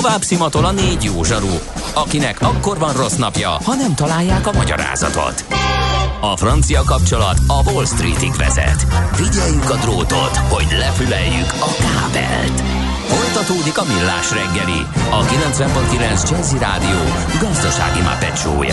Tovább szimatol a 4 jó zsaru, akinek akkor van rossz napja, ha nem találják a magyarázatot. A francia kapcsolat a Wall Streetig vezet. Figyeljük a drótot, hogy lefüleljük a kábelt. Folytatódik a Millás reggeli, a 90.9 Jazzy Rádió gazdasági mápecsója.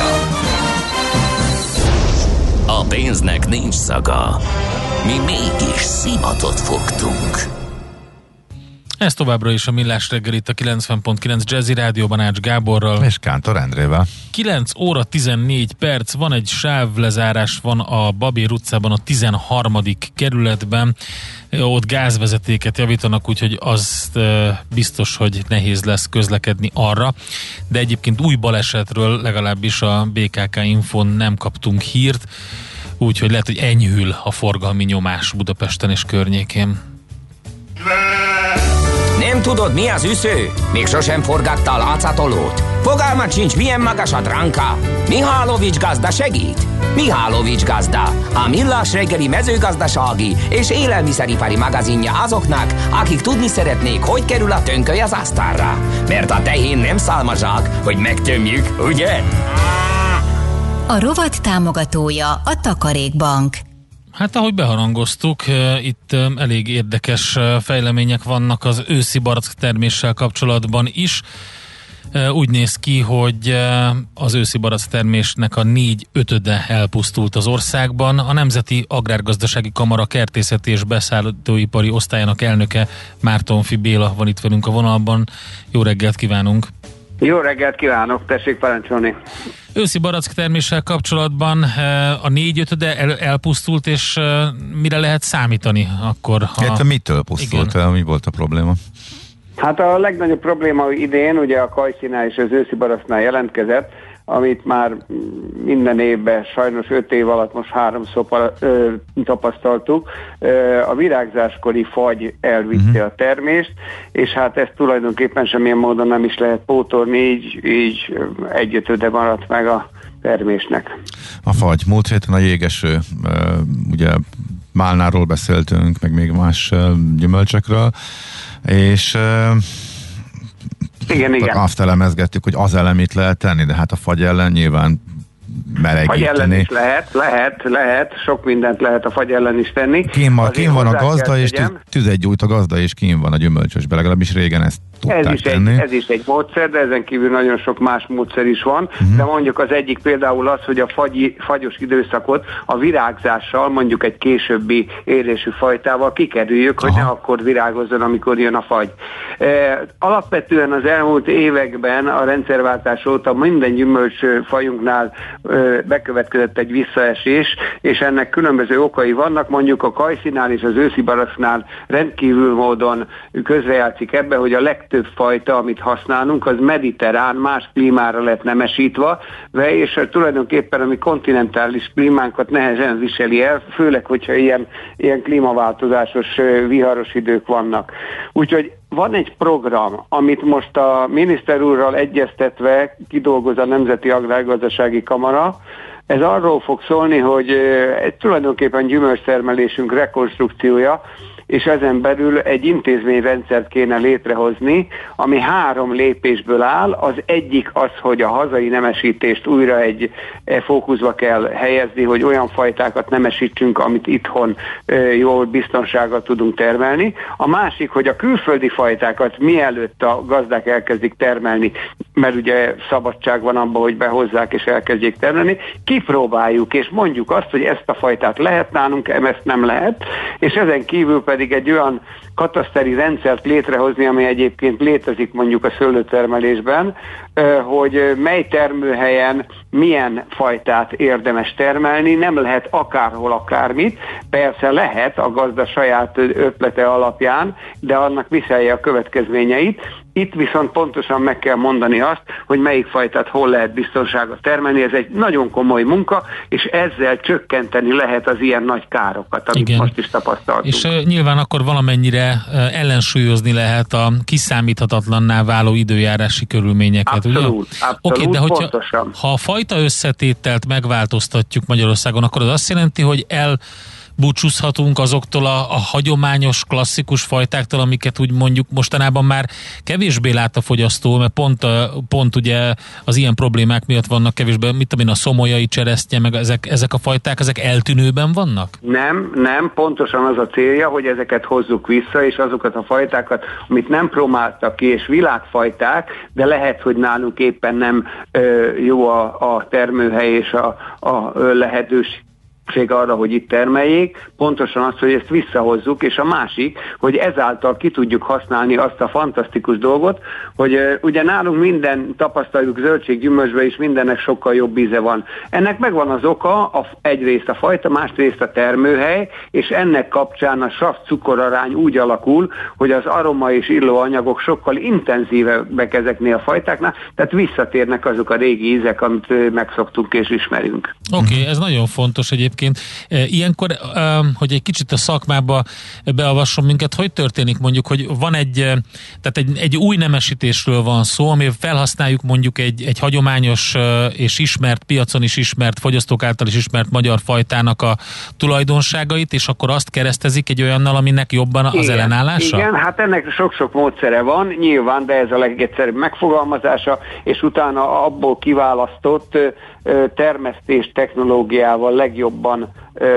A pénznek nincs szaga. Mi mégis szimatot fogtunk. Ez továbbra is a Millás reggeli, itt a 90.9 Jazzy Rádióban Ács Gáborral. És Kántor Endrével. 9 óra 14 perc, van egy sávlezárás, van a Babér utcában a 13. kerületben. Ott gázvezetéket javítanak, úgyhogy az biztos, hogy nehéz lesz közlekedni arra. De egyébként új balesetről legalábbis a BKK Infon nem kaptunk hírt, úgyhogy lehet, hogy enyhül a forgalmi nyomás Budapesten és környékén. Nem tudod, mi az üsző? Még sosem forgatta a látszatolót? Fogalmat sincs, milyen magas a dránka? Mihálovics gazda segít? Mihálovics gazda, a Millás reggeli mezőgazdasági és élelmiszeripari magazinja azoknak, akik tudni szeretnék, hogy kerül a tönköly az asztalra. Mert a tehén nem szálmazsák, hogy megtömjük, ugye? A rovat támogatója a Takarékbank. Hát ahogy beharangoztuk, itt elég érdekes fejlemények vannak az őszi barack terméssel kapcsolatban is. Úgy néz ki, hogy az őszi barack termésnek a 4/5 elpusztult az országban. A Nemzeti Agrárgazdasági Kamara kertészeti és beszállítóipari osztályának elnöke Mártonffy Béla van itt velünk a vonalban. Jó reggelt kívánunk! Jó reggelt kívánok, tessék parancsolni. Őszi barack terméssel kapcsolatban a 4/5 elpusztult, és mire lehet számítani akkor? Mitől pusztult el? Mi volt a probléma? Hát a legnagyobb probléma idén ugye a kajszinál és az őszi baracknál jelentkezett, amit már minden évben, sajnos 5 év alatt most 3-szor tapasztaltuk. A virágzáskori fagy elvitte a termést, és hát ezt tulajdonképpen semmilyen módon nem is lehet pótolni, így 1/5 maradt meg a termésnek. A fagy. Múlt héten a jégeső, ugye málnáról beszéltünk, meg még más gyümölcsökről, és igen. azt elemezgettük, hogy az ellen mit lehet tenni, de hát a fagy ellen nyilván melegíteni. Fagy ellen is lehet, sok mindent lehet a fagy ellen is tenni. Kín van a gazda, és tüzet gyújt a gazda, és kín van a gyümölcsösbe, legalábbis régen ezt tudták tenni. Ez is egy módszer, de ezen kívül nagyon sok más módszer is van, de mondjuk az egyik például az, hogy a fagyos időszakot a virágzással, mondjuk egy későbbi érésű fajtával kikerüljük, hogy ne akkor virágozzon, amikor jön a fagy. Alapvetően az elmúlt években a rendszerváltás óta minden gyümölcsfajunknál bekövetkezett egy visszaesés, és ennek különböző okai vannak, mondjuk a kajszinál és az őszi baracknál rendkívül módon közrejátszik ebbe, hogy a legtöbb fajta, amit használunk, az mediterrán, más klímára lett nemesítve, és tulajdonképpen a mi kontinentális klímánkat nehezen viseli el, főleg, hogyha ilyen klímaváltozásos, viharos idők vannak. Úgyhogy van egy program, amit most a miniszter úrral egyeztetve kidolgoz a Nemzeti Agrárgazdasági Kamara. Ez arról fog szólni, hogy tulajdonképpen gyümölcstermelésünk rekonstrukciója, és ezen belül egy intézményrendszert kéne létrehozni, ami 3 lépésből áll. Az egyik az, hogy a hazai nemesítést újra egy fókuszba kell helyezni, hogy olyan fajtákat nemesítsünk, amit itthon jól biztonsággal tudunk termelni. A másik, hogy a külföldi fajtákat mielőtt a gazdák elkezdik termelni, mert ugye szabadság van abban, hogy behozzák és elkezdjék termelni, kipróbáljuk, és mondjuk azt, hogy ezt a fajtát lehet nálunk, ezt nem lehet, és ezen kívül pedig egy olyan kataszteri rendszert létrehozni, ami egyébként létezik mondjuk a szőlőtermelésben, hogy mely termőhelyen milyen fajtát érdemes termelni, nem lehet akárhol akármit, persze lehet a gazda saját ötlete alapján, de annak viselje a következményeit. Itt viszont pontosan meg kell mondani azt, hogy melyik fajtát hol lehet biztonságot termelni, ez egy nagyon komoly munka, és ezzel csökkenteni lehet az ilyen nagy károkat, amit most is tapasztaltunk. És nyilván akkor valamennyire ellensúlyozni lehet a kiszámíthatatlanná váló időjárási körülményeket, abszolút, ugye? Abszolút, Oké, de pontosan. ha a fajta összetételt megváltoztatjuk Magyarországon, akkor az azt jelenti, hogy búcsúzhatunk azoktól a hagyományos, klasszikus fajtáktól, amiket úgy mondjuk mostanában már kevésbé lát a fogyasztó, mert pont ugye az ilyen problémák miatt vannak kevésbé, mit tudom én, a szomolyai cseresznye, meg ezek a fajták, ezek eltűnőben vannak? Nem, pontosan az a célja, hogy ezeket hozzuk vissza, és azokat a fajtákat, amit nem próbáltak ki, és világfajták, de lehet, hogy nálunk éppen nem jó a termőhely és a lehetőség arra, hogy itt termeljék, pontosan az, hogy ezt visszahozzuk, és a másik, hogy ezáltal ki tudjuk használni azt a fantasztikus dolgot, hogy ugye nálunk minden tapasztaljuk zöldséggyümölcsben is mindennek sokkal jobb íze van. Ennek megvan az oka, egyrészt a fajta, másrészt a termőhely, és ennek kapcsán a sav-cukorarány úgy alakul, hogy az aroma és illóanyagok sokkal intenzívebbek ezeknél a fajtáknál, tehát visszatérnek azok a régi ízek, amit megszoktunk és ismerünk. Oké, ez nagyon fontos egyébként. Ilyenkor, hogy egy kicsit a szakmába beavasson minket, hogy történik mondjuk, hogy van egy új nemesítésről van szó, amivel felhasználjuk mondjuk egy hagyományos és ismert, piacon is ismert, fogyasztók által is ismert magyar fajtának a tulajdonságait, és akkor azt keresztezik egy olyannal, aminek jobban az ellenállása? Igen, hát ennek sok-sok módszere van, nyilván, de ez a legegyszerűbb megfogalmazása, és utána abból kiválasztott termesztés technológiával legjobban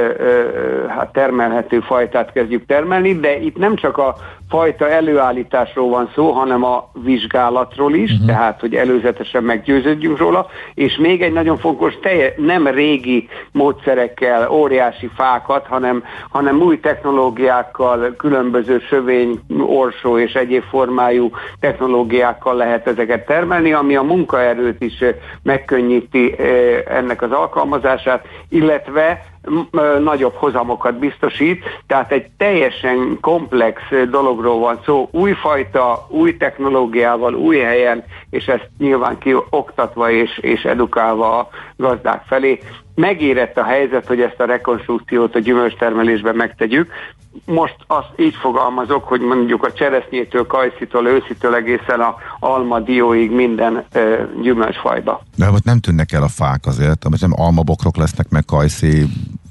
termelhető fajtát kezdjük termelni, de itt nem csak a fajta előállításról van szó, hanem a vizsgálatról is, tehát, hogy előzetesen meggyőződjünk róla, és még egy nagyon fontos, nem régi módszerekkel, óriási fákat, hanem új technológiákkal, különböző sövény, orsó és egyéb formájú technológiákkal lehet ezeket termelni, ami a munkaerőt is megkönnyíti ennek az alkalmazását, illetve nagyobb hozamokat biztosít, tehát egy teljesen komplex dologról van szó, új fajta, új technológiával, új helyen, és ezt nyilván kioktatva és edukálva a gazdák felé. Megérett a helyzet, hogy ezt a rekonstrukciót a gyümölcstermelésben megtegyük. Most azt így fogalmazok, hogy mondjuk a cseresznyétől, kajszitól, őszitől egészen a alma, dióig minden gyümölcsfajba. De ott nem tűnnek el a fák azért, amit nem almabokrok lesznek, meg kajszi,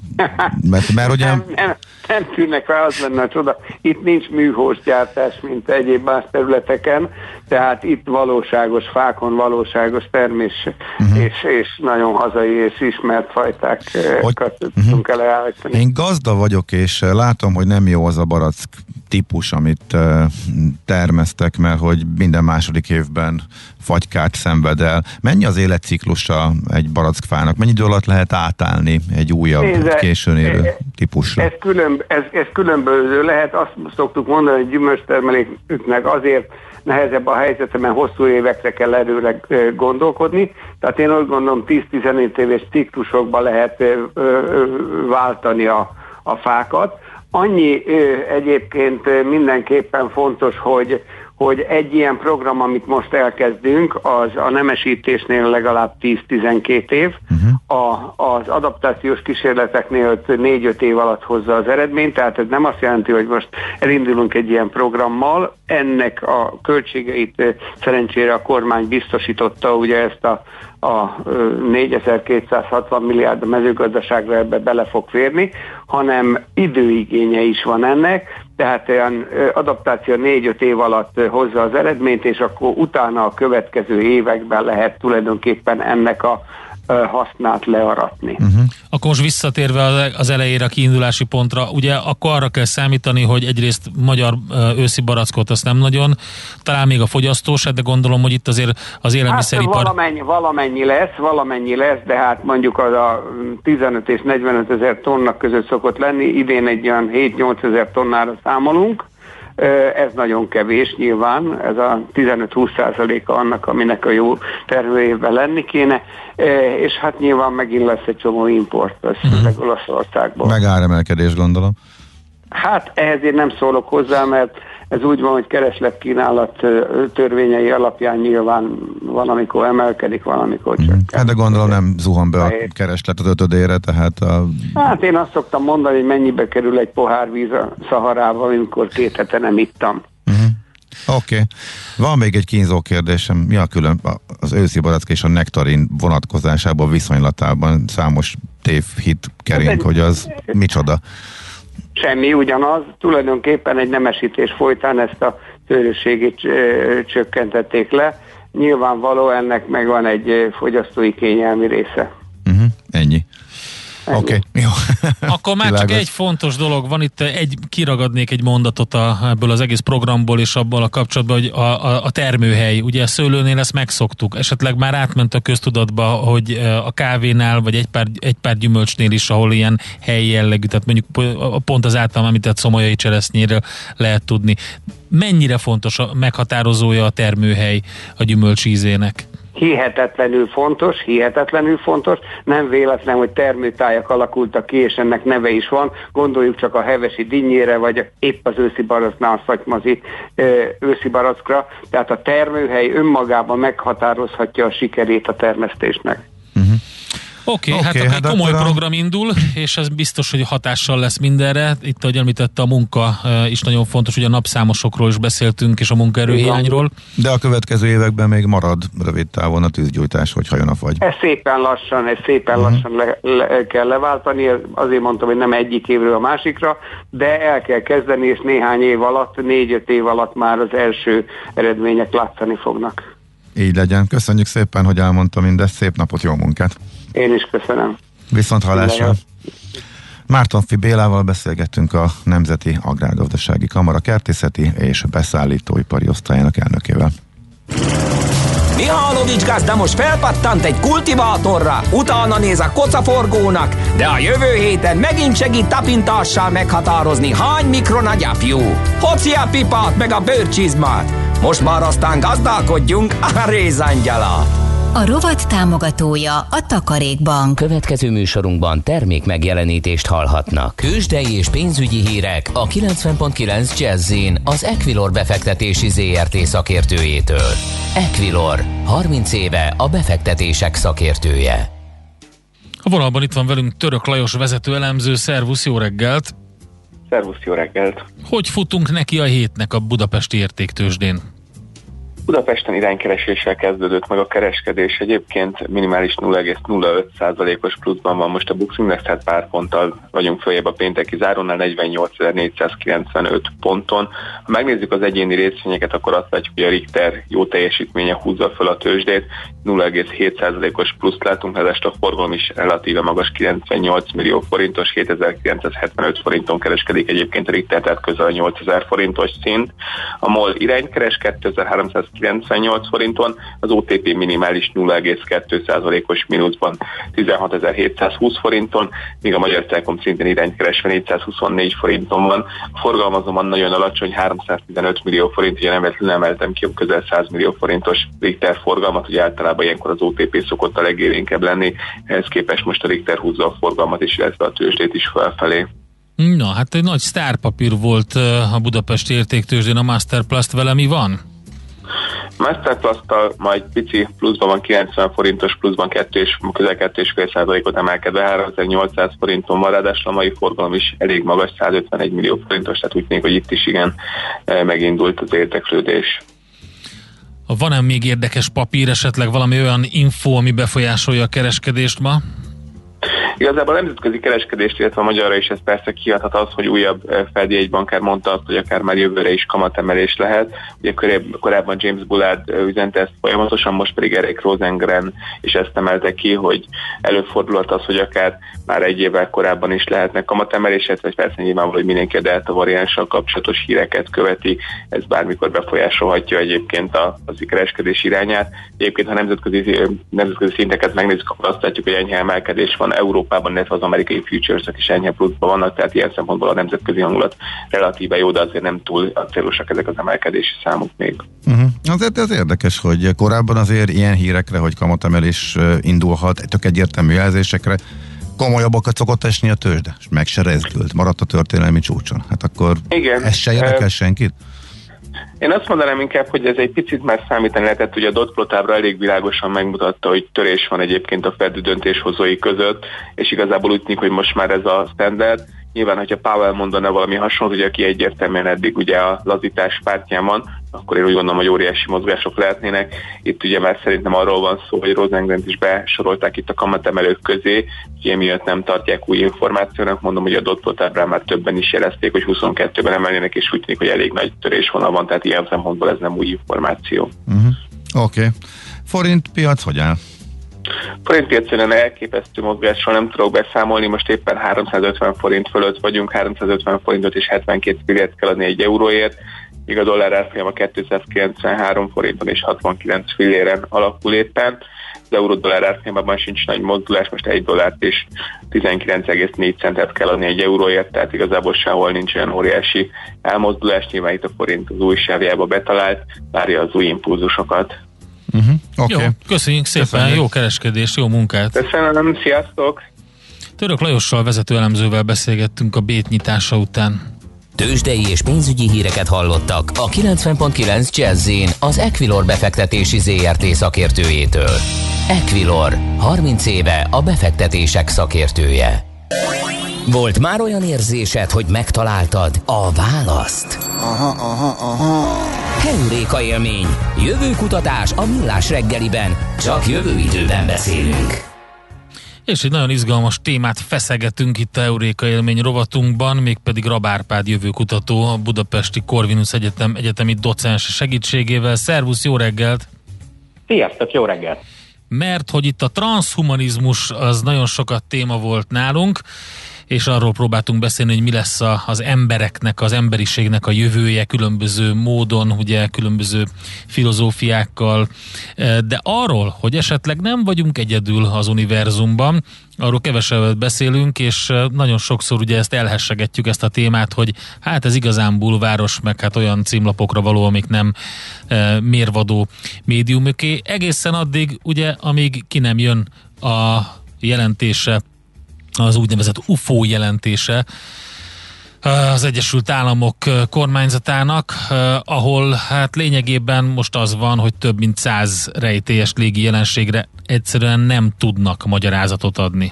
mert ugye... Nem tűnnek fel, az lenne a csoda. Itt nincs műhós gyártás, mint egyéb más területeken, tehát itt valóságos fákon, valóságos termés, és nagyon hazai és ismert fajtákat tudunk előállítani. Én gazda vagyok, és látom, hogy nem jó az a barack típus, amit termesztek, mert hogy minden második évben fagykát szenved el. Mennyi az életciklusa egy barackfának? Mennyi idő alatt lehet átállni egy újabb, későn érő típusra? Ez különböző lehet. Azt szoktuk mondani, hogy gyümölcstermelőknek azért nehezebb a helyzete, mert hosszú évekre kell előre gondolkodni. Tehát én úgy gondolom 10-15 éves ciklusokban lehet váltani a fákat. Annyi egyébként mindenképpen fontos, hogy egy ilyen program, amit most elkezdünk, az a nemesítésnél legalább 10-12 év, az adaptációs kísérleteknél 4-5 év alatt hozza az eredményt, tehát ez nem azt jelenti, hogy most elindulunk egy ilyen programmal, ennek a költségeit szerencsére a kormány biztosította, ugye ezt a 4260 milliárd a mezőgazdaságra ebbe bele fog férni, hanem időigénye is van ennek, tehát olyan adaptáció 4-5 év alatt hozza az eredményt, és akkor utána a következő években lehet tulajdonképpen ennek a hasznát learatni. Akkor most visszatérve az elejére a kiindulási pontra, ugye akkor arra kell számítani, hogy egyrészt magyar őszi barackot azt nem nagyon, talán még a fogyasztósát, de gondolom, hogy itt azért az élelmiszeripar... Hát valamennyi lesz, de hát mondjuk az a 15 és 45 ezer tonna között szokott lenni, idén egy olyan 7-8 ezer tonnára számolunk. Ez nagyon kevés nyilván, ez a 15-20%-a annak, aminek a jó termőévben lenni kéne, és hát nyilván megint lesz egy csomó import, főleg Olaszországból. Meg áremelkedés, gondolom. Hát ehhez én nem szólok hozzá, mert ez úgy van, hogy kereslet-kínálat törvényei alapján nyilván valamikor emelkedik, valamikor csökken. Hát de gondolom nem zuhan be a kereslet az 5-ére, tehát Hát én azt szoktam mondani, hogy mennyibe kerül egy pohár víz a Szaharában, amikor 2 hete nem ittam. Oké. Van még egy kínzó kérdésem. Mi a külön az őszi barack és a nektarin vonatkozásában, viszonylatában számos tévhit kering, hogy az micsoda? Semmi, ugyanaz. Tulajdonképpen egy nemesítés folytán ezt a szőrösségét csökkentették le. Nyilvánvaló, ennek megvan egy fogyasztói kényelmi része. Ennyi. Oké, jó. Akkor már csak egy fontos dolog van, itt kiragadnék egy mondatot ebből az egész programból és abból a kapcsolatban, hogy a termőhely, ugye a szőlőnél ezt megszoktuk, esetleg már átment a köztudatba, hogy a kávénál, vagy egy pár gyümölcsnél is, ahol ilyen helyi jellegű, tehát mondjuk pont az általam említett szomolyai cseresznyéről lehet tudni. Mennyire fontos a meghatározója a termőhely a gyümölcs ízének? Hihetetlenül fontos. Nem véletlen, hogy termőtájak alakultak ki, és ennek neve is van. Gondoljuk csak a hevesi dinnyére, vagy épp az őszi baracknál a szatymazi őszi barackra. Tehát a termőhely önmagában meghatározhatja a sikerét a termesztésnek. Oké, hát akkor egy komoly program indul, és ez biztos, hogy hatással lesz mindenre. Itt, ahogy említette, a munka is nagyon fontos, ugye a napszámosokról is beszéltünk, és a munkaerőhiányról. De a következő években még marad rövid távon a tűzgyújtás, hogyha jön a fagy. Ez szépen lassan kell leváltani, azért mondtam, hogy nem egyik évről a másikra, de el kell kezdeni, és néhány év alatt, 4-5 év alatt már az első eredmények látszani fognak. Így legyen. Köszönjük szépen, hogy elmondta mindezt. Szép napot, jó munkát! Én is köszönöm. Viszont hallásra. Mártonffy Bélával beszélgettünk, a Nemzeti Agrárgazdasági Kamara kertészeti és beszállítóipari osztályának elnökével. Mihálovics gazda most felpattant egy kultivátorra, utána néz a kocaforgónak, de a jövő héten megint segít tapintással meghatározni, hány mikron a gyapjú. Hoci a pipát meg a bőrcsizmát. Most már aztán gazdálkodjunk a rézangyalat. A rovat támogatója a Takarékbank. Következő műsorunkban termék megjelenítést hallhatnak. Tőzsdei és pénzügyi hírek a 90.9 Jazz-in az Equilor befektetési ZRT szakértőjétől. Equilor, 30 éve a befektetések szakértője. A vonalban itt van velünk Török Lajos vezető elemző. Szervusz, jó reggelt! Szervusz, jó reggelt! Hogy futunk neki a hétnek a budapesti értéktőzsdén? Budapesten iránykereséssel kezdődött meg a kereskedés, egyébként minimális 0,05%-os pluszban van most a Bux Index, tehát pár ponttal vagyunk följebb a pénteki zárónál, 48.495 ponton. Ha megnézzük az egyéni részvényeket, akkor azt látjuk, hogy a Richter jó teljesítménye húzza föl a tőzsdét, 0,7%-os pluszt látunk, ezest a forgalom is relatíve magas, 98 millió forintos, 7975 forinton kereskedik egyébként a Richter, tehát közel a 8000 forintos szint. A MOL iránykeres 2398 forinton, az OTP minimális 0,2%-os mínuszban 16.720 forinton, míg a Magyar Telekom szintén iránykeresve 424 forinton van. A forgalom azonban nagyon alacsony, 315 millió forint, ugye nem emeltem ki közel 100 millió forintos Richter forgalmat, ugye általában ilyenkor az OTP szokott a legélénkebb lenni, ehhez képest most a Richter húzza a forgalmat is, illetve a tőzsdét is felfelé. Na, hát egy nagy sztárpapír volt a budapesti értéktőzsdén, a Masterplast, vele mi van? Masterplast-tal majd pici pluszban van, 90 forintos pluszban közel 2,5%-ot emelkedve, 3800 forinton van, ráadásul a mai forgalom is elég magas, 151 millió forintos, tehát úgy tűnik, hogy itt is igen megindult az érdeklődés. Van-e még érdekes papír, esetleg valami olyan info, ami befolyásolja a kereskedést ma? Igazából a nemzetközi kereskedést, illetve a magyarra is ez persze kiadhat az, hogy újabb Fedi egybankár mondta azt, hogy akár már jövőre is kamatemelés lehet. Ugye korábban James Bullard üzente ezt folyamatosan, most pedig Eric Rosengren is ezt emelte ki, hogy előfordulhat az, hogy akár már egy évvel korábban is lehetnek kamatemelések, vagy persze nyilvánvaló, hogy mindenki a delta variánssal kapcsolatos híreket követi, ez bármikor befolyásolhatja egyébként az kereskedés irányát. Egyébként, ha nemzetközi szinteket megnézzük, akkor azt látjuk, hogy enyhe emelkedés van Európában, illetve az amerikai futures-ök is enyhe pluszban vannak, tehát ilyen szempontból a nemzetközi hangulat relatíve jó, de azért nem túl célosak ezek az emelkedési számok még. Azért ez érdekes, hogy korábban azért ilyen hírekre, hogy kamatemelés indulhat, tök egyértelmű jelzésekre, komolyabbakat szokott esni a tőzsde, és meg se rezdült, maradt a történelmi csúcson. Hát akkor igen, ez se érdekel senkit? Én azt mondanám inkább, hogy ez egy picit már számítani lehetett, hogy a dot ábra elég világosan megmutatta, hogy törés van egyébként a Fed döntéshozói között, és igazából úgy tűnik, hogy most már ez a standard. Nyilván, hogyha Powell mondana valami hasonlót, ugye aki egyértelműen eddig ugye a lazítás pártján van, akkor én úgy gondolom, hogy óriási mozgások lehetnének. Itt ugye már szerintem arról van szó, hogy Rosengrent is besorolták itt a kamatemelők közé, hogy emiatt nem tartják új információnak. Mondom, hogy a dotplot ábrán már többen is jelezték, hogy 22-ben emelnének, és úgy tűnik, hogy elég nagy törésvonal van, tehát ilyen szempontból ez nem új információ. Oké. Forint piac hogy áll? Forint piacon elképesztő mozgásról nem tudok beszámolni, most éppen 350 forint fölött vagyunk, 350 forintot és 72 fillért kell adni egy euróért, míg a dollár árfolyama 293 forinton és 69 filléren alakul éppen. Az euró-dollár árfolyamában sincs nagy mozdulás, most egy dollárt és 19,4 centet kell adni egy euróért, tehát igazából sehol nincs olyan óriási elmozdulás, nyilván itt a forint az új sávjába betalált, várja az új impulzusokat. Okay. Jó, köszönjük szépen, jó kereskedést, jó munkát! Köszönöm, sziasztok! Török Lajossal, vezető elemzővel beszélgettünk a BÉT nyitása után. Tőzsdei és pénzügyi híreket hallottak a 90.9 Jazz-in az Equilor befektetési ZRT szakértőjétől. Equilor, 30 éve a befektetések szakértője. Volt már olyan érzésed, hogy megtaláltad a választ? Aha. Heuréka élmény, jövőkutatás a Millás reggeliben, csak jövő időben beszélünk. És egy nagyon izgalmas témát feszegetünk itt a Heuréka élmény rovatunkban, mégpedig Rab Árpád jövőkutató, a Budapesti Corvinus Egyetem egyetemi docens segítségével. Szervusz, jó reggelt! Sziasztok, jó reggelt! Mert hogy itt a transhumanizmus az nagyon sokat téma volt nálunk, és arról próbáltunk beszélni, hogy mi lesz az embereknek, az emberiségnek a jövője különböző módon, ugye különböző filozófiákkal, de arról, hogy esetleg nem vagyunk egyedül az univerzumban, arról kevesebbet beszélünk, és nagyon sokszor ugye ezt elhessegetjük, ezt a témát, hogy hát ez igazán bulváros, meg hát olyan címlapokra való, amik nem mérvadó médiumöké. Egészen addig, ugye, amíg ki nem jön a jelentése, az úgynevezett UFO jelentése az Egyesült Államok kormányzatának, ahol hát lényegében most az van, hogy több mint 100 rejtélyes légi jelenségre egyszerűen nem tudnak magyarázatot adni.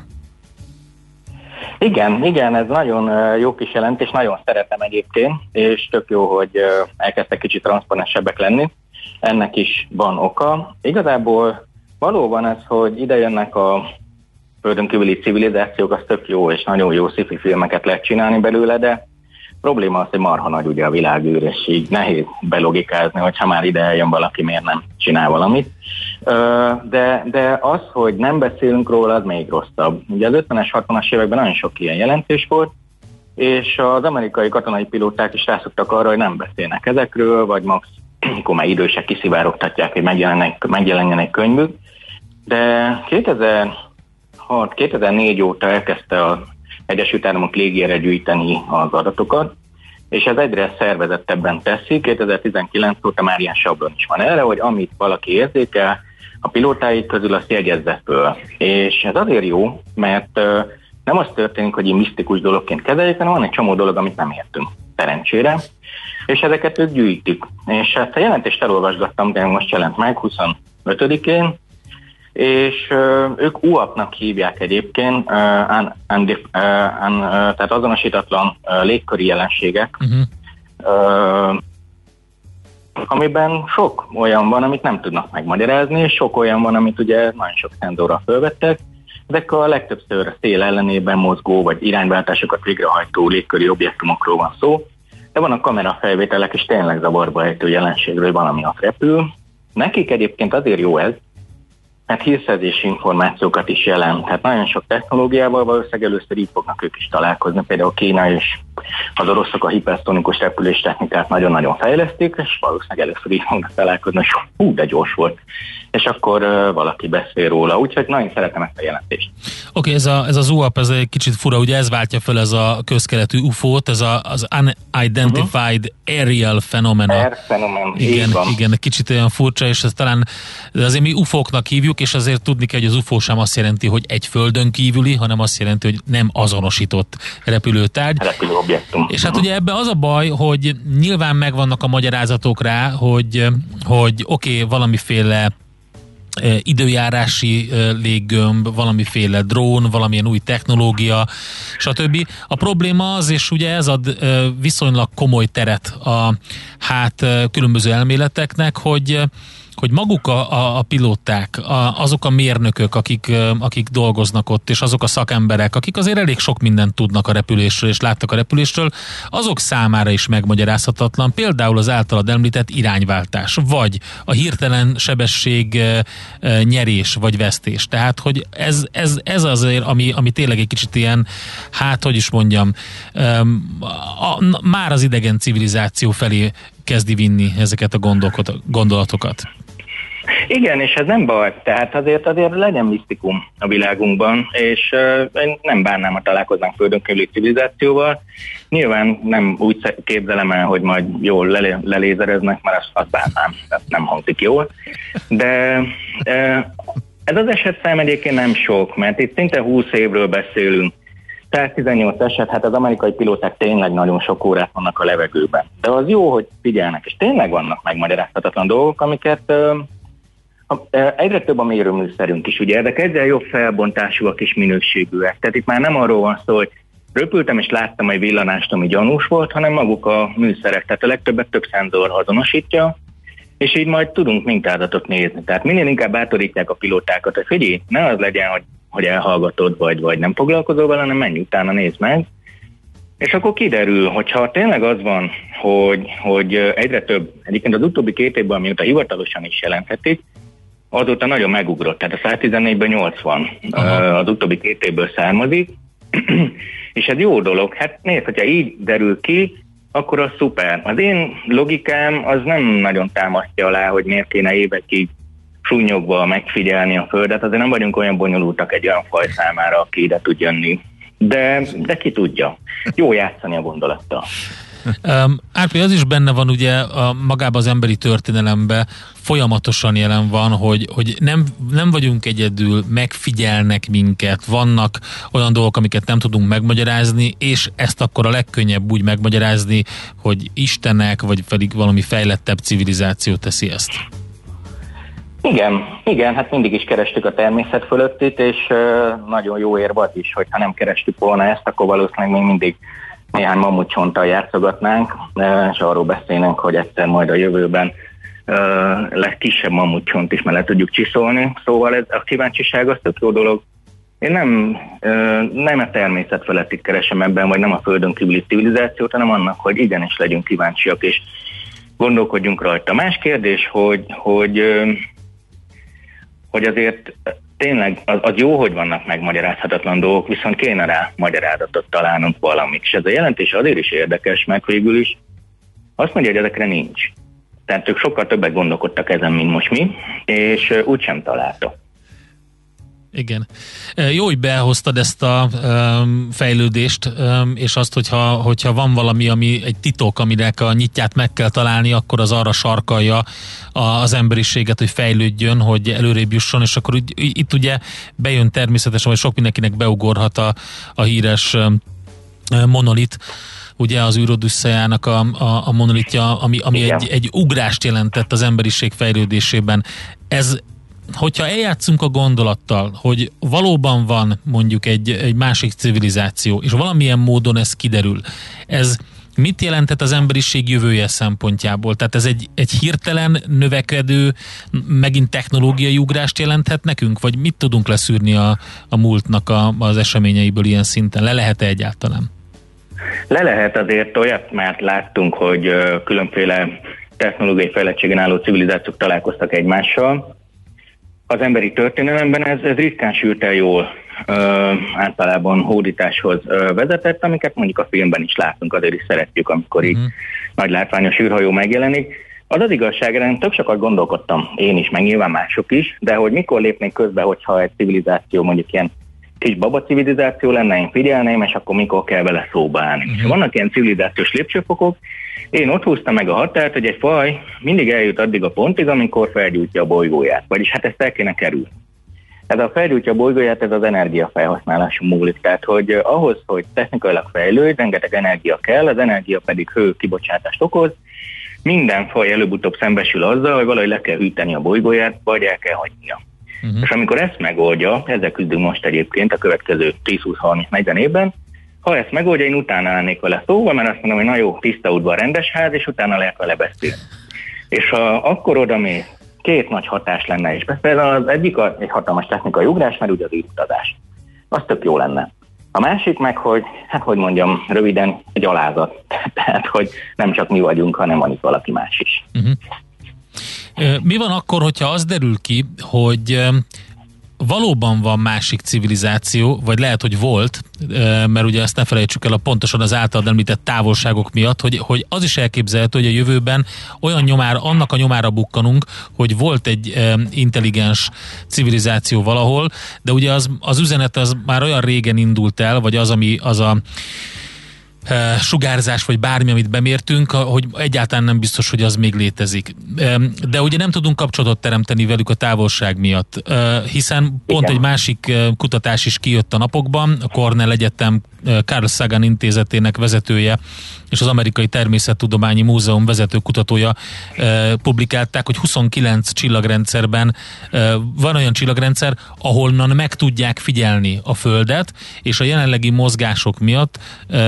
Igen, ez nagyon jó kis jelentés, nagyon szeretem egyébként, és tök jó, hogy elkezdtek kicsit transzparensebbek lenni. Ennek is van oka. Igazából valóban ez, hogy ide jönnek a földön kívüli civilizációk, az tök jó, és nagyon jó sci-fi filmeket lehet csinálni belőle, de probléma az, hogy marha nagy ugye a világűr, és így nehéz belogikázni, hogy ha már ide eljön valaki, miért nem csinál valamit. De az, hogy nem beszélünk róla, az még rosszabb. Ugye az 50-es, 60-as években nagyon sok ilyen jelentés volt, és az amerikai katonai pilóták is rászoktak arra, hogy nem beszélnek ezekről, vagy max, amikor már idősek kiszivárogtatják, hogy megjelenjen egy könyvük. De 2004 óta elkezdte az Egyesült Államok légierre gyűjteni az adatokat, és ez egyre szervezettebben teszi. 2019 óta már ilyen sablon is van erre, hogy amit valaki érzékel, a pilótái közül azt jegyezze föl. És ez azért jó, mert nem az történik, hogy így misztikus dologként kezeljük, hanem van egy csomó dolog, amit nem értünk, szerencsére, és ezeket ők gyűjtik. És ezt a jelentést elolvasgattam, de most jelent meg 25-én, és ők UAP-nak hívják egyébként, tehát azonosítatlan légköri jelenségek, amiben sok olyan van, amit nem tudnak megmagyarázni, és sok olyan van, amit ugye nagyon sok szenzorral fölvettek. Ezek a legtöbbször szél ellenében mozgó, vagy irányváltásokat végrehajtó légköri objektumokról van szó, de vannak kamerafelvételek, és tényleg zavarba ejtő jelenségről, hogy valami ott repül. Nekik egyébként azért jó ez, mert hírszerzési információkat is jelent. Tehát nagyon sok technológiával valószínűleg először így fognak ők is találkozni. Például Kína és az oroszok a hiperszonikus repüléstechnikát nagyon-nagyon fejlesztik, és valószínűleg először így fognak találkozni, és hú, de gyors volt. És akkor valaki beszél róla. Úgyhogy nagyon szeretem ezt a jelentést. Oké, ez az UAP, ez egy kicsit fura, ugye ez váltja fel ez a közkeletű UFO-t, ez az Unidentified Aerial Phenomena. Igen, kicsit olyan furcsa, és ez talán azért mi UFO-knak hívjuk, és azért tudni kell, hogy az UFO sem azt jelenti, hogy egy földön kívüli, hanem azt jelenti, hogy nem azonosított repülőtárgy. Repülőobjektum. És hát ugye ebben az a baj, hogy nyilván megvannak a magyarázatok rá, hogy oké, valamiféle időjárási léggömb, valamiféle drón, valamilyen új technológia, stb. A probléma az, és ugye ez ad viszonylag komoly teret a különböző elméleteknek, hogy maguk a pilóták, azok a mérnökök, akik dolgoznak ott, és azok a szakemberek, akik azért elég sok mindent tudnak a repülésről, és láttak a repülésről, azok számára is megmagyarázhatatlan. Például az általad említett irányváltás, vagy a hirtelen sebesség nyerés, vagy vesztés. Tehát, hogy ez azért, ami tényleg egy kicsit ilyen, hogy is mondjam, már az idegen civilizáció felé kezdi vinni ezeket a gondolatokat. Igen, és ez nem baj, tehát azért legyen misztikum a világunkban, és én nem bánnám, ha találkoznánk földön kívüli civilizációval. Nyilván nem úgy képzelem el, hogy majd jól lelézereznek, mert azt bánnám, ez nem hangzik jól. De ez az esetszám egyébként nem sok, mert itt szinte 20 évről beszélünk. 118 eset, hát az amerikai pilóták tényleg nagyon sok órát vannak a levegőben. De az jó, hogy figyelnek, és tényleg vannak megmagyarázhatatlan dolgok, amiket egyre több a mérőműszerünk is, ugye, de egyre jobb felbontásúak és minőségűek. Tehát itt már nem arról van szó, hogy röpültem és láttam egy villanást, ami gyanús volt, hanem maguk a műszerek, tehát a legtöbbet több szenzor azonosítja, és így majd tudunk mintázatot nézni. Tehát minél inkább bátorítják a pilótákat, hogy figyelj, ne az legyen, hogy elhallgatod, vagy nem foglalkozol vele, hanem menj utána, nézd meg. És akkor kiderül, hogyha tényleg az van, hogy egyre több, egyébként az utóbbi 2 évben, mióta hivatalosan is jelenthetik, azóta nagyon megugrott, tehát a 114-ből 80 az utóbbi 2 évből származik, és ez jó dolog. Hát nézd, hogyha így derül ki, akkor az szuper. Az én logikám az nem nagyon támasztja alá, hogy miért kéne évekig súnyogva megfigyelni a Földet, azért nem vagyunk olyan bonyolultak egy olyan faj számára, aki ide tud jönni. De ki tudja. Jó játszani a gondolattal. Árpi, az is benne van ugye magában az emberi történelemben, folyamatosan jelen van, hogy nem vagyunk egyedül, megfigyelnek minket, vannak olyan dolgok, amiket nem tudunk megmagyarázni, és ezt akkor a legkönnyebb úgy megmagyarázni, hogy istenek, vagy pedig valami fejlettebb civilizáció teszi ezt. Igen, hát mindig is kerestük a természet fölöttit, és nagyon jó érv az is, hogy ha nem kerestük volna ezt, akkor valószínűleg még mindig néhány mamutcsonttal játszogatnánk, és arról beszélnénk, hogy egyszer majd a jövőben lesz kisebb mamutcsont is, mert le tudjuk csiszolni. Szóval ez a kíváncsiság az tök jó dolog. Én nem a természet felettit keresem ebben, vagy nem a földön kívüli civilizációt, hanem annak, hogy igenis legyünk kíváncsiak, és gondolkodjunk rajta. Más kérdés, hogy azért tényleg az jó, hogy vannak megmagyarázhatatlan dolgok, viszont kéne rá magyarázatot találnunk valamit. És ez a jelentés azért is érdekes, mert végül is azt mondja, hogy ezekre nincs. Tehát ők sokkal többet gondolkodtak ezen, mint most mi, és úgysem találtak. Igen. Jó, hogy behoztad ezt a fejlődést, és azt, hogyha van valami, ami egy titok, aminek a nyitját meg kell találni, akkor az arra sarkalja az emberiséget, hogy fejlődjön, hogy előrébb jusson, és akkor itt ugye bejön természetesen, vagy sok mindenkinek beugorhat a híres monolit, ugye az űrodüsszejának a monolitja, ami egy ugrást jelentett az emberiség fejlődésében. Hogyha eljátszunk a gondolattal, hogy valóban van mondjuk egy másik civilizáció, és valamilyen módon ez kiderül, ez mit jelentett az emberiség jövője szempontjából? Tehát ez egy hirtelen növekedő, megint technológiai ugrást jelenthet nekünk? Vagy mit tudunk leszűrni a múltnak az eseményeiből ilyen szinten? Le lehet-e egyáltalán? Le lehet, azért olyat már láttunk, hogy különféle technológiai fejlettségen álló civilizációk találkoztak egymással. Az emberi történelemben ez ritkán sült el jól, általában hódításhoz vezetett, amiket mondjuk a filmben is látunk, azért is szeretjük, amikor így nagy látványos űrhajó megjelenik. Az igazság, én tök sokat gondolkodtam, én is, meg nyilván mások is, de hogy mikor lépnék közbe, hogyha egy civilizáció mondjuk ilyen kis baba civilizáció lenne, én figyelném, és akkor mikor kell vele szóba állni. Vannak ilyen civilizációs lépcsőfokok, én ott húztam meg a határt, hogy egy faj mindig eljut addig a pontig, amikor felgyújtja a bolygóját. Vagyis hát ezt el kéne kerülni. Ez a felgyújtja a bolygóját, ez az energiafelhasználású múlik. Tehát, hogy ahhoz, hogy technikailag fejlődj, rengeteg energia kell, az energia pedig hő kibocsátást okoz, minden faj előbb-utóbb szembesül azzal, hogy valahogy le kell hűteni a bolygóját, vagy el kell hagynia. És amikor ezt megoldja, ezzel küzdünk most egyébként a következő 10-20-30-40 évben, ha ezt megoldja, én utána állnék vele szóval, mert azt mondom, hogy na jó, tiszta udvar, rendes ház, és utána lehet vele beszélni. És ha akkor odamész, két nagy hatás lenne, és például az egyik egy hatalmas technikai ugrás, mert ugye az űrutazás. Az tök jó lenne. A másik meg, hogy, hát hogy mondjam, röviden egy alázat. Tehát, hogy nem csak mi vagyunk, hanem van itt valaki más is. Mi van akkor, hogyha az derül ki, hogy valóban van másik civilizáció, vagy lehet, hogy volt, mert ugye ezt ne felejtsük el pontosan az általad említett távolságok miatt, hogy az is elképzelhető, hogy a jövőben annak a nyomára bukkanunk, hogy volt egy intelligens civilizáció valahol, de ugye az üzenet az már olyan régen indult el, vagy az a sugárzás, vagy bármi, amit bemértünk, hogy egyáltalán nem biztos, hogy az még létezik. De ugye nem tudunk kapcsolatot teremteni velük a távolság miatt, hiszen pont egy másik kutatás is kijött a napokban, a Cornell Egyetem Carl Sagan intézetének vezetője és az Amerikai Természettudományi Múzeum vezető kutatója publikálták, hogy 29 csillagrendszerben van olyan csillagrendszer, ahonnan meg tudják figyelni a Földet, és a jelenlegi mozgások miatt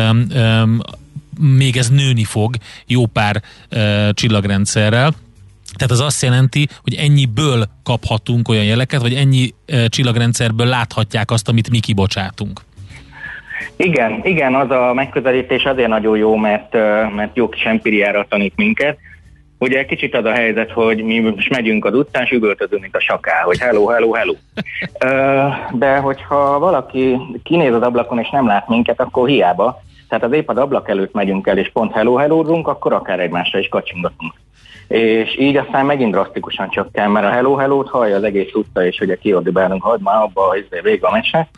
még ez nőni fog jó pár csillagrendszerrel. Tehát az azt jelenti, hogy ennyiből kaphatunk olyan jeleket, vagy ennyi csillagrendszerből láthatják azt, amit mi kibocsátunk. Igen, az a megközelítés azért nagyon jó, mert jó kis empiriára tanít minket. Ugye kicsit az a helyzet, hogy mi most megyünk az utcán, és üvöltözünk, mint a sakál, hogy hello. De hogyha valaki kinéz az ablakon, és nem lát minket, akkor hiába. Tehát az épp az ablak előtt megyünk el, és pont hello-runk, akkor akár egymásra is kacsingatunk. És így aztán megint drasztikusan csökken, mert a hello-t hallja az egész utca, és ugye kiordibálunk, hagyd már abba, vége a mese.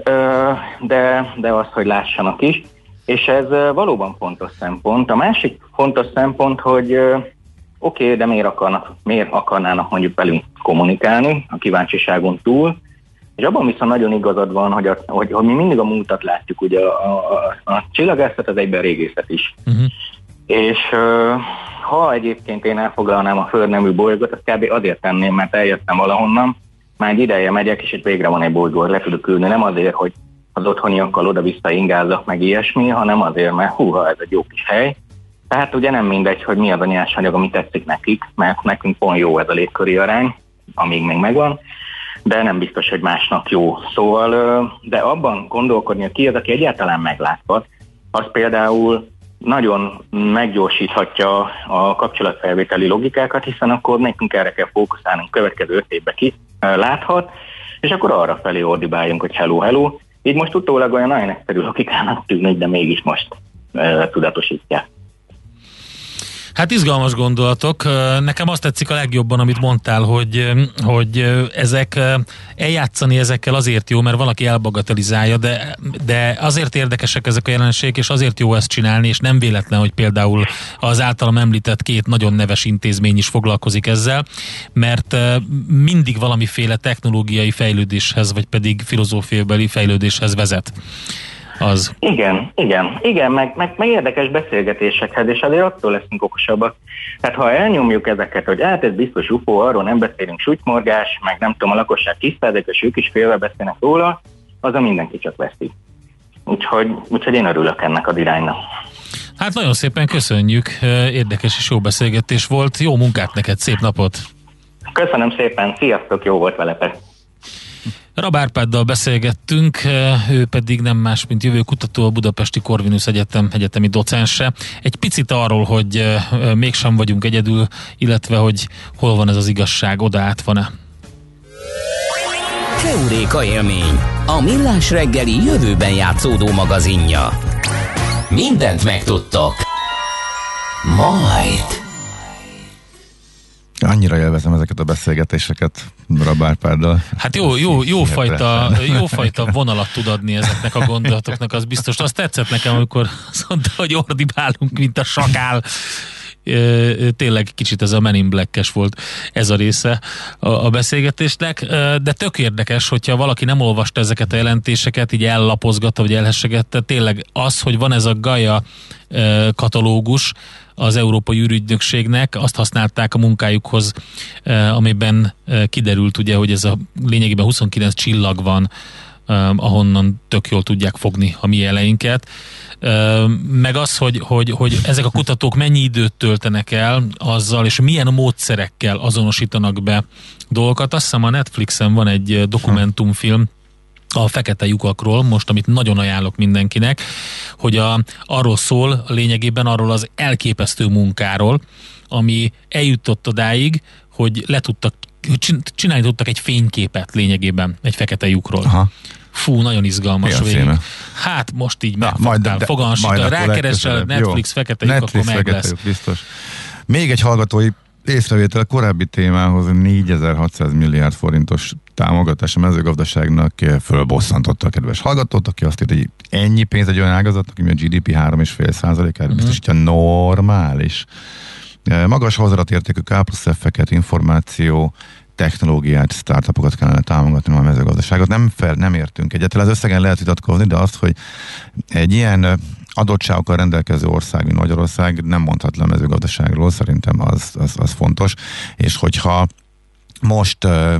De az, hogy lássanak is. És ez valóban fontos szempont. A másik fontos szempont, hogy oké, de miért akarnának mondjuk velünk kommunikálni a kíváncsiságon túl, és abban viszont nagyon igazad van, hogy mi mindig a múltat látjuk, ugye a csillagászat az egyben régészet is. És ha egyébként én elfoglalnám a Föld nemű bolygót, azt kb. Azért tenném, mert eljöttem valahonnan, már egy ideje megyek, és itt végre van egy bolygó, le tudok ülni, nem azért, hogy az otthoniakkal oda-vissza ingázzak, meg ilyesmi, hanem azért, mert húha, ez egy jó kis hely. Tehát ugye nem mindegy, hogy mi az a nyersanyag, ami tetszik nekik, mert nekünk pont jó ez a légköri arány, amíg még megvan, de nem biztos, hogy másnak jó. Szóval, de abban gondolkodni, hogy ki az, aki egyáltalán megláthat, az például nagyon meggyorsíthatja a kapcsolatfelvételi logikákat, hiszen akkor nekünk erre kell fókuszálnunk, következő 5 évben ki láthat, és akkor arra felé ordibáljunk, hogy hello. Így most utólag olyan nagyon egyszerű logikának tűnik, de mégis most tudatosítják. Hát izgalmas gondolatok. Nekem azt tetszik a legjobban, amit mondtál, hogy eljátszani ezekkel azért jó, mert valaki elbagatelizálja, de azért érdekesek ezek a jelenségek, és azért jó ezt csinálni, és nem véletlen, hogy például az általam említett 2 nagyon neves intézmény is foglalkozik ezzel, mert mindig valamiféle technológiai fejlődéshez, vagy pedig filozófiabeli fejlődéshez vezet. Az. Igen, meg érdekes beszélgetésekhez, és azért attól leszünk okosabbak. Tehát ha elnyomjuk ezeket, hogy ez biztos UFO, arról nem beszélünk, sútymorgás, meg nem tudom, a lakosság 10%-os, ők is félve beszélnek róla, az a mindenki csak veszi. Úgyhogy én örülök ennek az iránynak. Hát nagyon szépen köszönjük, érdekes és jó beszélgetés volt, jó munkát neked, szép napot! Köszönöm szépen, sziasztok, jó volt veletek! Rab Árpáddal beszélgettünk, ő pedig nem más, mint jövőkutató, a Budapesti Corvinus Egyetem egyetemi docense. Egy picit arról, hogy mégsem vagyunk egyedül, illetve hogy hol van ez az igazság, oda át van-e. Heuréka élmény, a Millás reggeli jövőben játszódó magazinja. Mindent megtudtok. Majd. Annyira élvezem ezeket a beszélgetéseket Rab Árpáddal. Hát jó fajta vonalat tud adni ezeknek a gondolatoknak, az biztos. Azt tetszett nekem, amikor azt mondta, hogy ordibálunk, mint a sakál. Tényleg kicsit ez a Men in Black-es volt ez a része a beszélgetésnek, de tök érdekes, hogyha valaki nem olvasta ezeket a jelentéseket, így ellapozgatta, vagy elhessegette, tényleg az, hogy van ez a Gaia katalógus, az Európai űrügynökségnek, azt használták a munkájukhoz, amiben kiderült ugye, hogy ez a lényegében 29 csillag van, ahonnan tök jól tudják fogni a mi jeleinket. Meg az, hogy ezek a kutatók mennyi időt töltenek el azzal, és milyen módszerekkel azonosítanak be dolgokat. Azt hiszem a Netflixen van egy dokumentumfilm a fekete lyukakról, most amit nagyon ajánlok mindenkinek, hogy arról szól lényegében arról az elképesztő munkáról, ami eljutott odáig, hogy csinálni tudtak egy fényképet lényegében egy fekete lyukról. Aha. Fú, nagyon izgalmas végig. Hát most így megfogtál, fogalmasítan, rákeresel Netflix fekete lyuk, akkor meg lesz. Biztos. Még egy hallgatói észrevétel korábbi témához 4600 milliárd forintos támogatás a mezőgazdaságnak fölbosszantotta a kedves hallgatót, aki azt írta, hogy ennyi pénz egy olyan ágazatnak, ami a GDP 3,5%-ára biztosítja normális. Magas hozzáadott értékű K+F-eket, információ, technológiát, startupokat kellene támogatni a mezőgazdaságot. Nem értünk egyáltalán. Az összegen lehet vitatkozni, de azt, hogy egy ilyen adottságokkal rendelkező ország, mint Magyarország nem mondhat le a mezőgazdaságról, szerintem az fontos, és hogyha most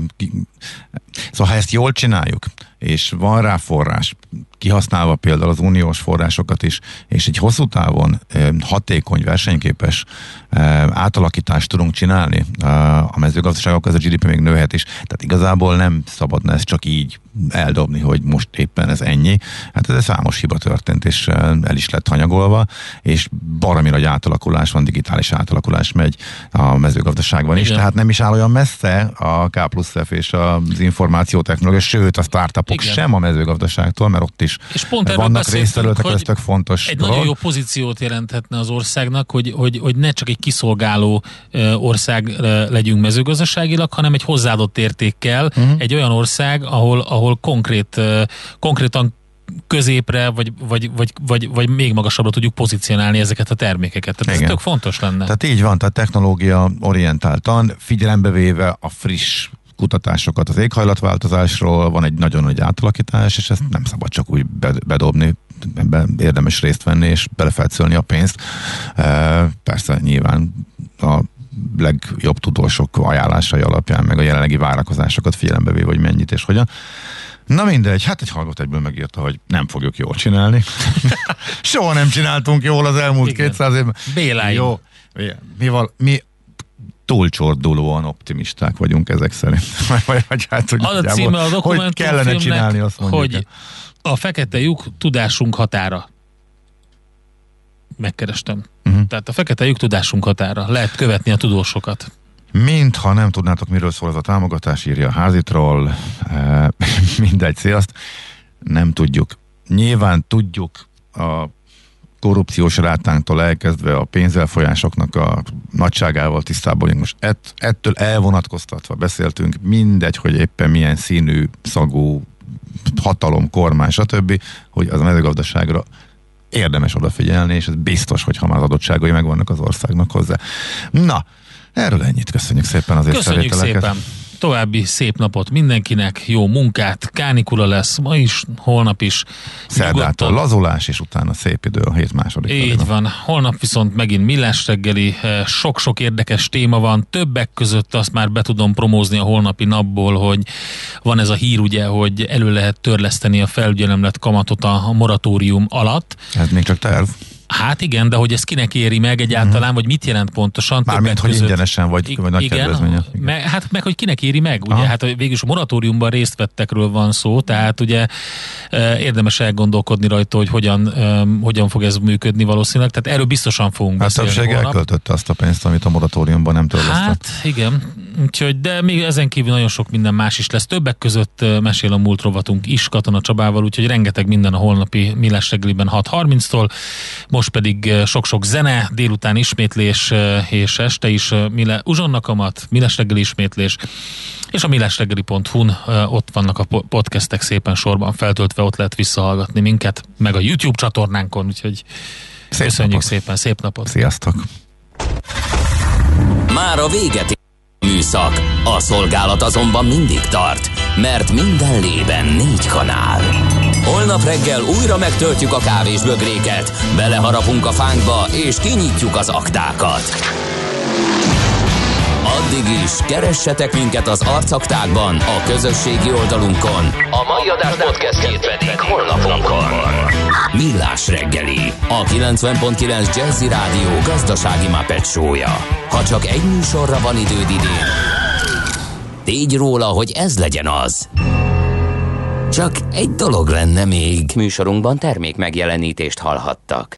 szóval ha ezt jól csináljuk, és van rá forrás, kihasználva például az uniós forrásokat is, és egy hosszú távon hatékony, versenyképes átalakítást tudunk csinálni a mezőgazdaságokkal, ez a GDP még nőhet is. Tehát igazából nem szabadna ezt csak így eldobni, hogy most éppen ez ennyi. Hát ez számos hiba történt, és el is lett hanyagolva, és baromi nagy átalakulás van, digitális átalakulás megy a mezőgazdaságban is, tehát nem is áll olyan messze a K+F és az információtechnológia, sőt a startupok sem a mezőgazdaságtól, mert ott is és pont vannak részterületek, ez tök fontos. Egy nagyon jó pozíciót jelenthetne az országnak, hogy ne csak egy kiszolgáló ország legyünk mezőgazdaságilag, hanem egy hozzáadott értékkel, egy olyan ország, ahol konkrétan középre, vagy még magasabbra tudjuk pozícionálni ezeket a termékeket. Tehát ez tök fontos lenne. Tehát így van, tehát technológia orientáltan, figyelembe véve a friss kutatásokat az éghajlatváltozásról, van egy nagyon nagy átalakítás, és ezt nem szabad csak úgy bedobni, ebben érdemes részt venni, és belefetszölni a pénzt. Persze nyilván a legjobb tudósok ajánlásai alapján, meg a jelenlegi várakozásokat figyelembe véve, hogy mennyit és hogyan. Na mindegy, hát egy hallgató egyből megírta, hogy nem fogjuk jól csinálni. Soha nem csináltunk jól az elmúlt 200 évben. Béláim. Jó, mi túlcsordulóan optimisták vagyunk ezek szerint. Vagy hát, hogy, az a címe a hogy kellene csinálni, azt mondjuk. Hogy a fekete lyuk tudásunk határa. Megkerestem. Tehát a fekete lyuk tudásunk határa. Lehet követni a tudósokat. Mintha nem tudnátok, miről szól ez a támogatás, írja a Házitról. Mindegy, sziaszt. Nem tudjuk. Nyilván tudjuk a korrupciós rátánktól elkezdve a pénzelfolyásoknak a nagyságával tisztában vagyunk. Most ettől elvonatkoztatva beszéltünk, mindegy, hogy éppen milyen színű, szagú, hatalom, kormány, stb., hogy az a mezőgazdaságra érdemes odafigyelni, és ez biztos, hogy ha már az adottságai megvannak az országnak hozzá. Na, erről ennyit. Köszönjük szépen az észrevételeket. Köszönjük szépen. További szép napot mindenkinek, jó munkát, kánikula lesz ma is, holnap is. Szerdától lazulás, és utána szép idő a hét második. Így van, holnap viszont megint Millás reggeli, sok-sok érdekes téma van, többek között azt már be tudom promózni a holnapi napból, hogy van ez a hír ugye, hogy elő lehet törleszteni a felügyelemlet kamatot a moratórium alatt. Ez még csak terv. Hát igen, de hogy ez kinek éri meg egyáltalán, vagy mit jelent pontosan? Mármint, hogy ingyenesen, vagy nagy kedvezménye. Meg hogy kinek éri meg, ugye? Hát végülis a moratóriumban részt vettekről van szó, tehát ugye érdemes elgondolkodni rajta, hogy hogyan fog ez működni valószínűleg, tehát erről biztosan fogunk beszélni. Hát többség elköltötte azt a pénzt, amit a moratóriumban nem törlesztett. Hát igen, úgyhogy, de még ezen kívül nagyon sok minden más is lesz. Többek között mesél a múlt rovatunk is Katona Csabával, úgyhogy rengeteg minden a holnapi Millás reggeliben 6:30-tól. Most pedig sok-sok zene, délután ismétlés, és este is uzsonnakamat, Millás reggeli ismétlés, és a millásreggeli.hu-n ott vannak a podcastek szépen sorban feltöltve, ott lehet visszahallgatni minket, meg a YouTube csatornánkon, úgyhogy köszönjük szépen, szép napot! Sziasztok! Már a véget műszak, a szolgálat azonban mindig tart, mert minden lében 4 kanál. Holnap reggel újra megtöltjük a kávésbögréket, beleharapunk a fánkba és kinyitjuk az aktákat. Addig is keressetek minket az arcaktákban, a közösségi oldalunkon. A mai adás podcastjét pedig honlapunkon. Millás reggeli, a 90.9 Jazzy Rádió gazdasági Muppet show-ja. Ha csak egy műsorra van időd idén, tégy róla, hogy ez legyen az. Csak egy dolog lenne még. Műsorunkban termék megjelenítést hallhattak.